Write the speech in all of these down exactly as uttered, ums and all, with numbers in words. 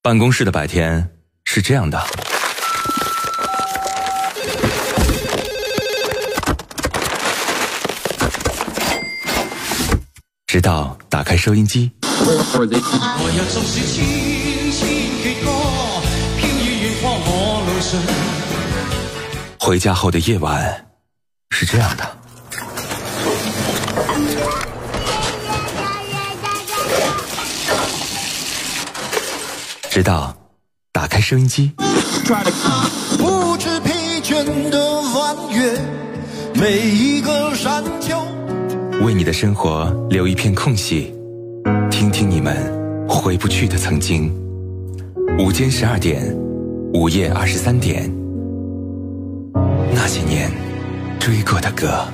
办公室的白天是这样的。直到打开收音机，回家后的夜晚是这样的。直到打开收音机， 不知疲倦的弯月，每一个山丘， 为你的生活留一片空隙，听听你们回不去的曾经。午间十二点，午夜二十三点，那些年追过的歌。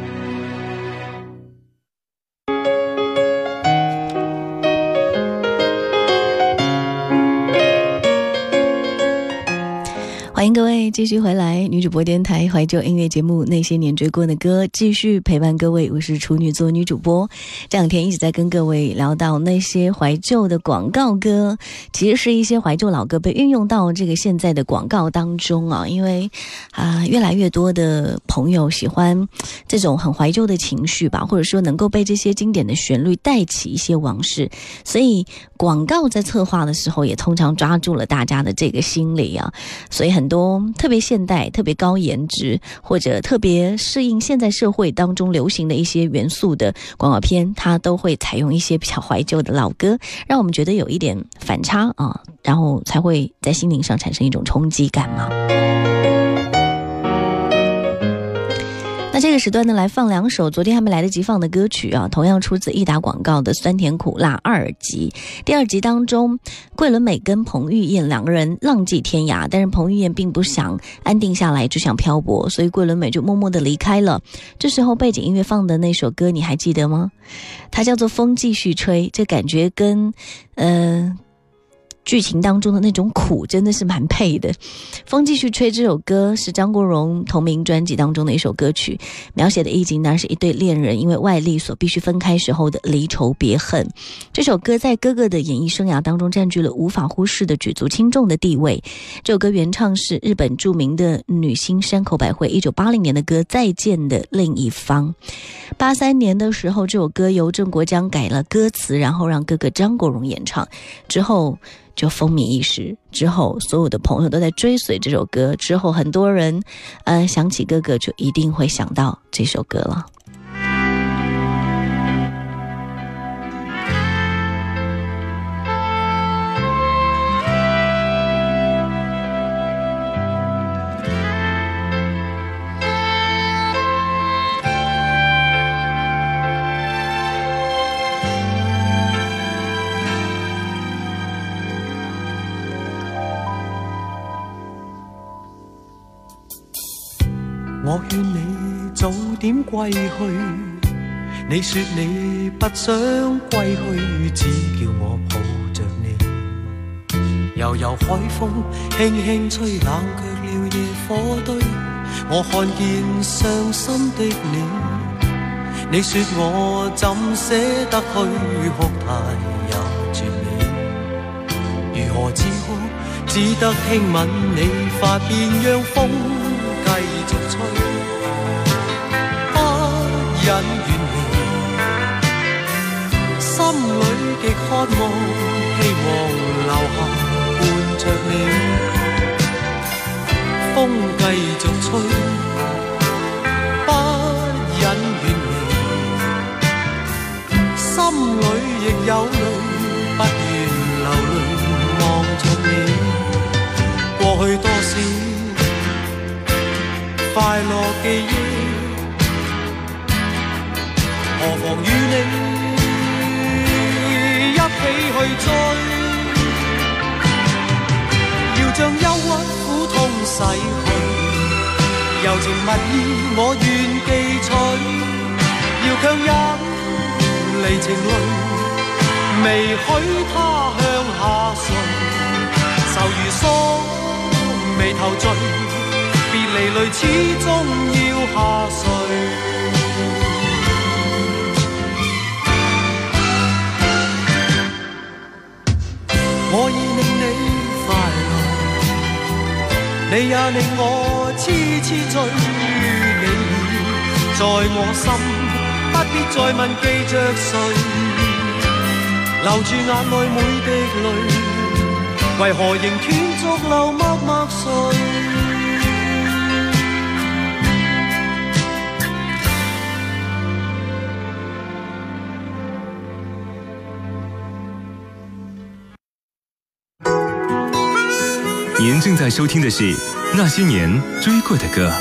欢迎各位继续回来，女主播电台怀旧音乐节目《那些年追过的歌》，继续陪伴各位。我是处女座女主播，这两天一直在跟各位聊到那些怀旧的广告歌，其实是一些怀旧老歌被运用到这个现在的广告当中啊。因为啊、呃，越来越多的朋友喜欢这种很怀旧的情绪吧，或者说能够被这些经典的旋律带起一些往事，所以广告在策划的时候也通常抓住了大家的这个心理啊，所以很多特别现代、特别高颜值或者特别适应现在社会当中流行的一些元素的广告片，它都会采用一些比较怀旧的老歌，让我们觉得有一点反差啊，然后才会在心灵上产生一种冲击感嘛。那这个时段呢，来放两首昨天还没来得及放的歌曲啊，同样出自益达广告的酸甜苦辣二集。第二集当中，桂纶镁跟彭于晏两个人浪迹天涯，但是彭于晏并不想安定下来，只想漂泊，所以桂纶镁就默默地离开了。这时候背景音乐放的那首歌你还记得吗？它叫做《风继续吹》，这感觉跟呃剧情当中的那种苦真的是蛮配的。风继续吹这首歌是张国荣同名专辑当中的一首歌曲，描写的意境呢是一对恋人因为外力所必须分开时候的离愁别恨。这首歌在哥哥的演艺生涯当中占据了无法忽视的举足轻重的地位。这首歌原唱是日本著名的女星山口百惠一九八零年的歌《再见的另一方》。八三年的时候，这首歌由郑国江改了歌词，然后让哥哥张国荣演唱，之后就风靡一时。之后所有的朋友都在追随这首歌，之后很多人呃想起哥哥就一定会想到这首歌了。 我勸你早點歸去，你說你不想歸去，只叫我抱着你。悠悠海風輕輕吹，冷卻了野火堆，我看見傷心的你。你說我怎捨得去，哭態也絕美，如何止哭，只得輕吻你髮邊，讓風繼續吹，不忍遠離，心裏極渴望，希望留下伴着你，風繼續吹，不忍遠離，心裏亦有淚，不願流淚望着你，過去多少快樂記憶，何妨與你一起去追，要將憂鬱苦痛洗去，柔情蜜意我願記取，要強忍離情淚，未許他向下垂，愁如鎖眉頭聚，別離淚始終要下垂，我已令你快樂，你也令我痴痴醉，你在我心，不必再問記着誰，留住眼內每滴淚，為何仍斷續流默默睡？ 您正在收听的是那些年追过的歌。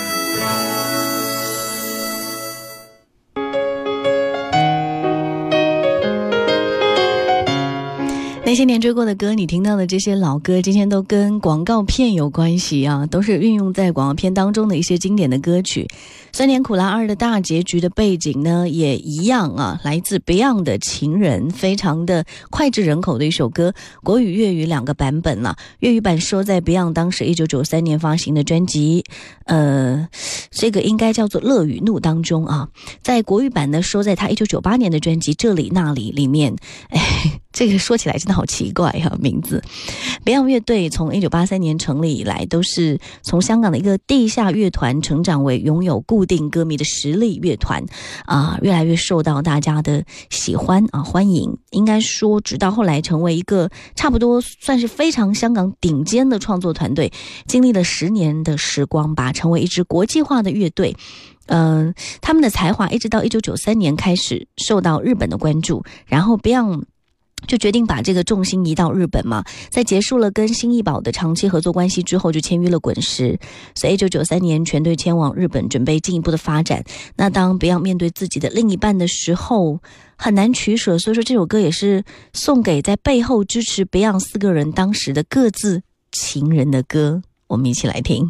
那些年追过的歌，你听到的这些老歌，今天都跟广告片有关系啊，都是运用在广告片当中的一些经典的歌曲。酸甜苦辣二的大结局的背景呢，也一样啊，来自 Beyond 的情人，非常的脍炙人口的一首歌，国语粤语两个版本了。粤语版收在 Beyond 当时一九九三年发行的专辑，呃，这个应该叫做《乐与怒》当中啊，在国语版呢收在他一九九八年的专辑《这里那里》里面。哎，这个说起来真的好奇怪啊，名字。Beyond 乐队从一九八三年成立以来，都是从香港的一个地下乐团成长为拥有固定歌迷的实力乐团啊，越来越受到大家的喜欢啊欢迎。应该说，直到后来成为一个差不多算是非常香港顶尖的创作团队，经历了十年的时光吧，成为一支国际化的乐队。嗯、呃，他们的才华一直到一九九三年开始受到日本的关注，然后 Beyond就决定把这个重心移到日本嘛，在结束了跟新艺宝的长期合作关系之后，就签约了滚石，所以一九九三年全队迁往日本，准备进一步的发展。那当 Beyond 面对自己的另一半的时候，很难取舍，所以说这首歌也是送给在背后支持 Beyond 四个人当时的各自情人的歌，我们一起来听。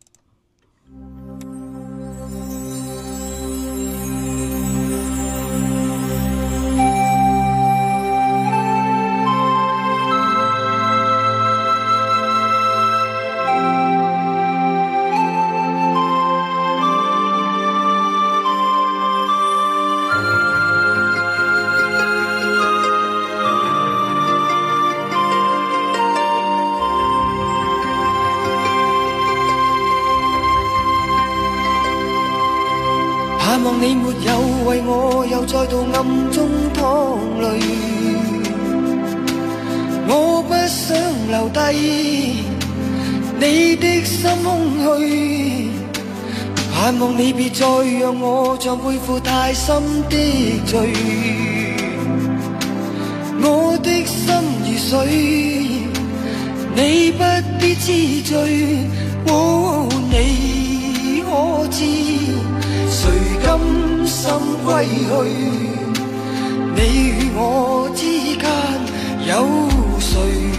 盼望你沒有為我又再度暗中淌淚，我不想留低你的心空虛，盼望你別再讓我像背負太深的罪，我的心如水，你不必知罪，哦，你可知誰甘心歸去？你與我之間有誰？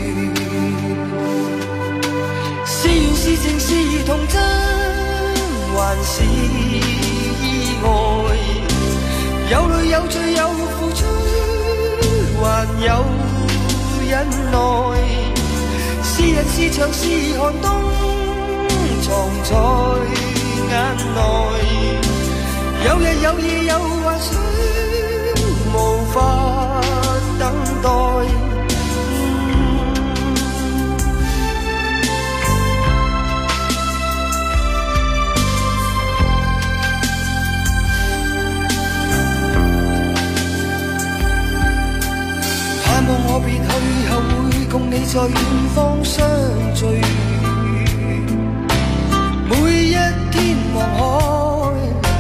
是緣是情是童真，還是意外？有淚有罪有付出，還有忍耐。是人是牆是寒冬，藏在眼內。有日有夜有幻想，無法等待。盼望我別去後會共你在遠方相聚，每一天望海，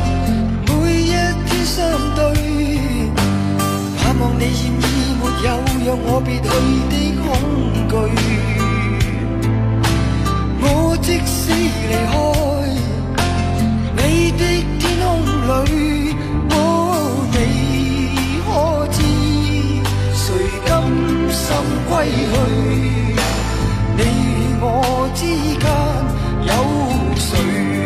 相對，盼望你現已沒有讓我別去的恐懼。我即使離開你的天空裏，哦，你可知誰甘心歸去？你與我之間有誰？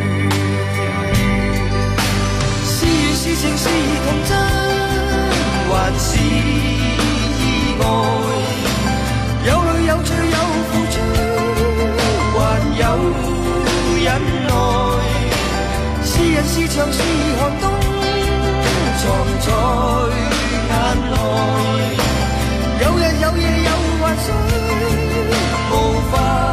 是情是童真，還是意外？有淚有罪有付出，還有忍耐。是人是牆是寒冬，藏在眼內。有日有夜有幻想，無法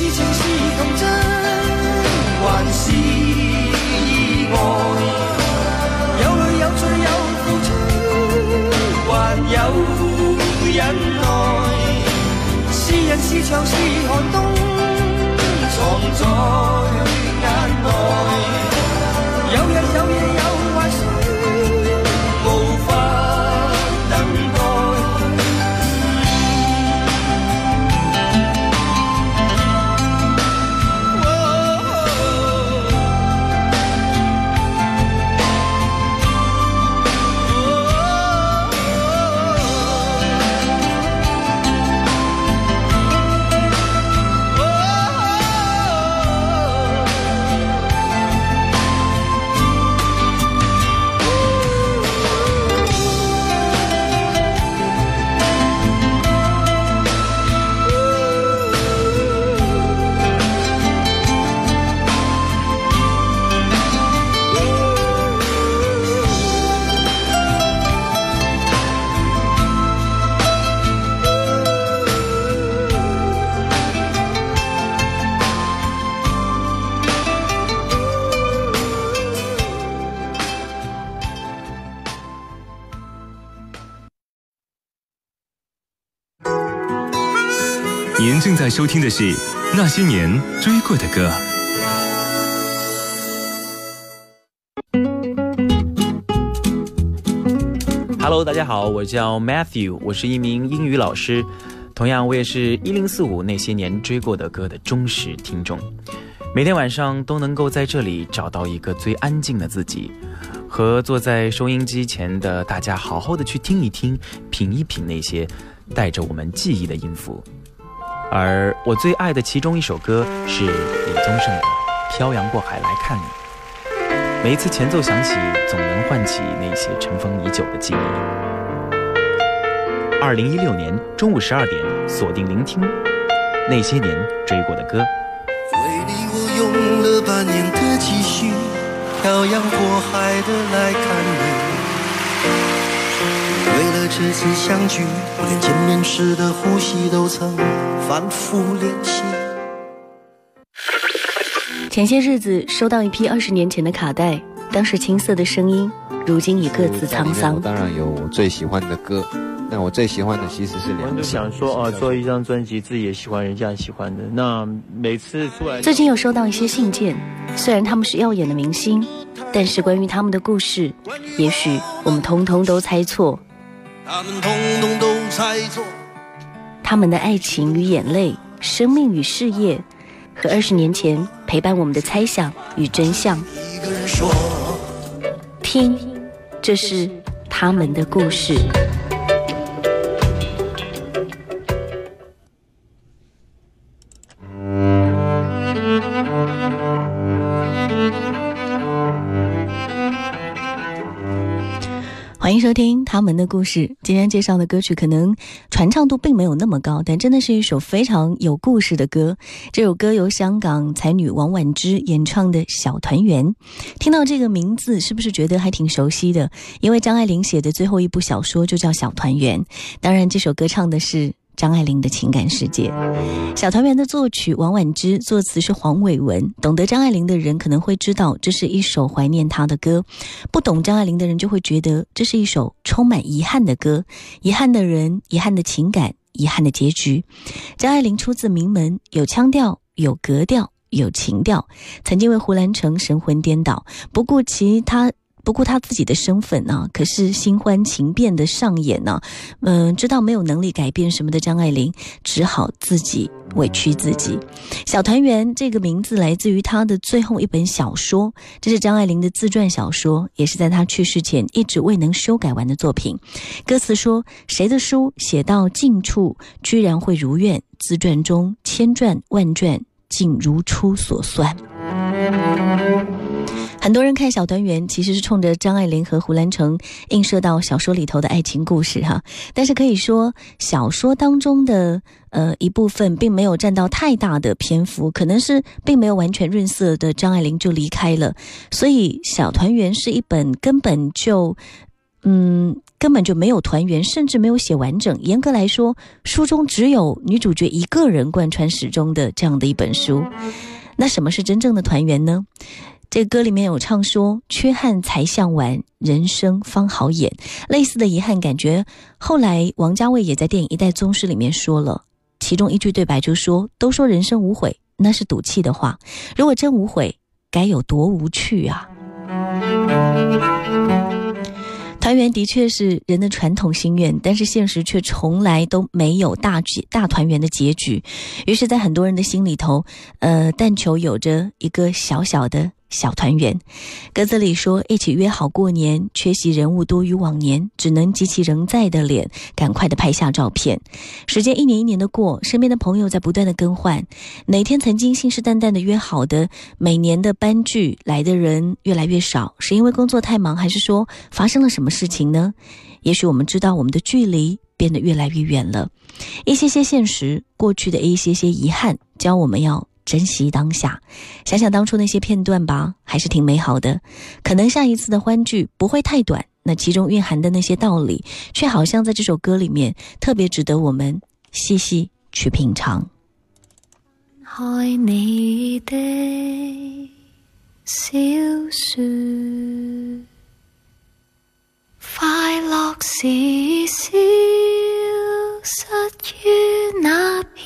情是童真，還是意外？有淚有罪有付出，還有忍耐。是人是牆是寒冬，藏在眼內。有日有夜有幻想，無法等待。 您正在收听的是那些年追过的歌。 Hello， 大家好，我叫 Matthew， 我是一名英语老师，同样我也是一零四五那些年追过的歌的忠实听众。每天晚上都能够在这里找到一个最安静的自己，和坐在收音机前的大家好好的去听一听，品一品那些带着我们记忆的音符。而我最爱的其中一首歌是李宗盛的《漂洋过海来看你》，每一次前奏响起，总能唤起那些尘封已久的记忆。二零一六年中午十二点，锁定聆听那些年追过的歌。 为你我用了半年的积蓄，漂洋过海的来看你。为了这次相聚，我连见面时的呼吸都曾反复练习。 前些日子收到一批二十年前的卡带，当时青涩的声音，如今已各自沧桑。 当然有我最喜欢的歌，那我最喜欢的其实是两首。 我就想说啊，做一张专辑，自己也喜欢，人家也喜欢的。那每次出来， 最近有收到一些信件，虽然他们是耀眼的明星，但是关于他们的故事，也许我们通通都猜错。 他们通通都猜错， 他们的爱情与眼泪，生命与事业，和二十年前陪伴我们的猜想与真相。 一个人说， 听，这是他们的故事。欢迎收听他们的故事。今天介绍的歌曲可能传唱度并没有那么高，但真的是一首非常有故事的歌。这首歌由香港才女王婉之演唱的《小团圆》。听到这个名字是不是觉得还挺熟悉的？因为张爱玲写的最后一部小说就叫《小团圆》，当然这首歌唱的是张爱玲的情感世界。小团圆的作曲王婉之，作词是黄伟文。懂得张爱玲的人可能会知道这是一首怀念她的歌，不懂张爱玲的人就会觉得这是一首充满遗憾的歌，遗憾的人，遗憾的情感，遗憾的结局。张爱玲出自名门，有腔调，有格调，有情调，曾经为胡兰成神魂颠倒，不顾其他不顾他自己的身份啊，可是心欢情变的上演呢、啊。嗯，知道没有能力改变什么的张爱玲，只好自己委屈自己。小团圆这个名字来自于他的最后一本小说，这是张爱玲的自传小说，也是在他去世前一直未能修改完的作品。歌词说，谁的书写到尽处居然会如愿，自传中千传万传竟如初所算。很多人看小团圆其实是冲着张爱玲和胡兰成映射到小说里头的爱情故事哈，但是可以说小说当中的呃一部分并没有占到太大的篇幅，可能是并没有完全润色的张爱玲就离开了，所以小团圆是一本根本就嗯根本就没有团圆，甚至没有写完整。严格来说，书中只有女主角一个人贯穿始终的这样的一本书。那什么是真正的团圆呢？这个歌里面有唱说，缺憾才像完，人生方好演。类似的遗憾感觉，后来王家卫也在电影《一代宗师》里面说了，其中一句对白就说，都说人生无悔，那是赌气的话，如果真无悔，该有多无趣啊。团圆的确是人的传统心愿，但是现实却从来都没有大大团圆的结局。于是在很多人的心里头，呃，但求有着一个小小的小团圆。歌词里说，一起约好过年，缺席人物多于往年，只能及其仍在的脸赶快的拍下照片。时间一年一年的过，身边的朋友在不断的更换，哪天曾经信誓旦旦的约好的每年的班聚来的人越来越少，是因为工作太忙，还是说发生了什么事情呢？也许我们知道我们的距离变得越来越远了，一些些现实，过去的一些些遗憾，教我们要珍惜当下。想想当初那些片段吧，还是挺美好的。可能下一次的欢聚不会太短，那其中蕴含的那些道理，却好像在这首歌里面特别值得我们细细去品尝。 愛你的小說，快樂是消失於那邊，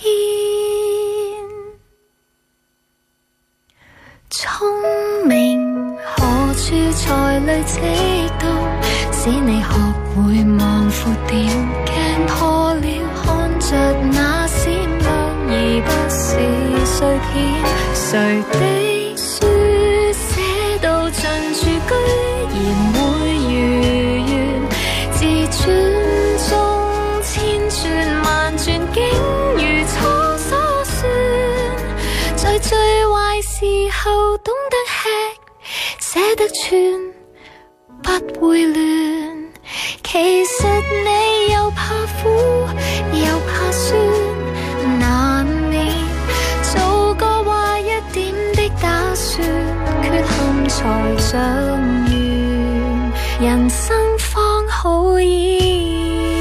聰明何處才累積到，使你學會望闊點，鏡破了看着那閃亮而不是碎片，誰的書寫到盡處居然會如願，自轉中千轉萬轉竟如初所算，在最壞時候懂得吃捨得穿不會亂，其實你又怕苦又怕酸，難免做個壞一點的打算，缺陷才長遠，人生方好演。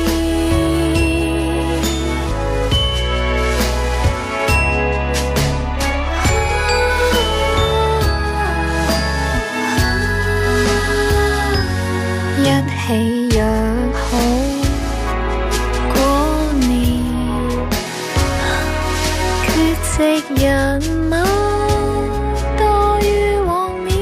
一起約好過年，缺席人馬多於往年，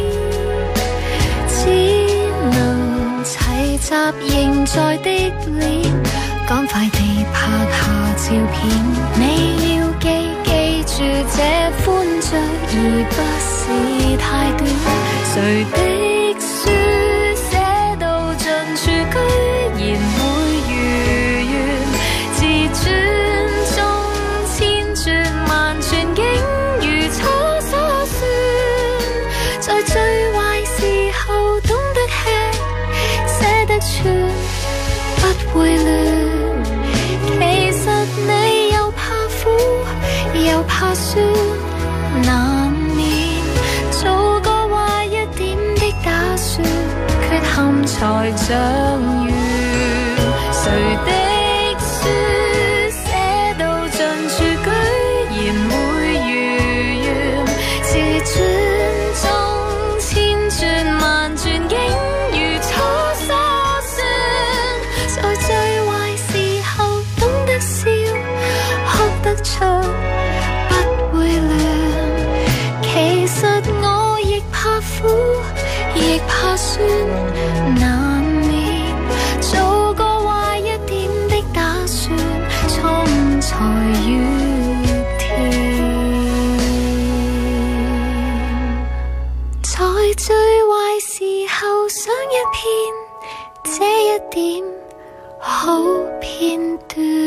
只能齊集仍在的臉，趕快地拍下照片。你要記記住這歡聚，而不是太短。誰的書寫到盡處居然會如願，自轉中千轉萬轉竟如初所算，在最壞時候懂得吃捨得穿不會亂，其實你又怕苦又怕酸，難免做個壞一點的打算，缺陷才長遠。誰的書寫到盡處居然會如願，自轉中千轉萬轉竟如初所算，在最壞時候懂得笑哭得出不會亂，其實我亦怕苦亦怕酸，難免做個壞一點的打算，錯誤才越甜，在最壞時候想一遍這一點好片段。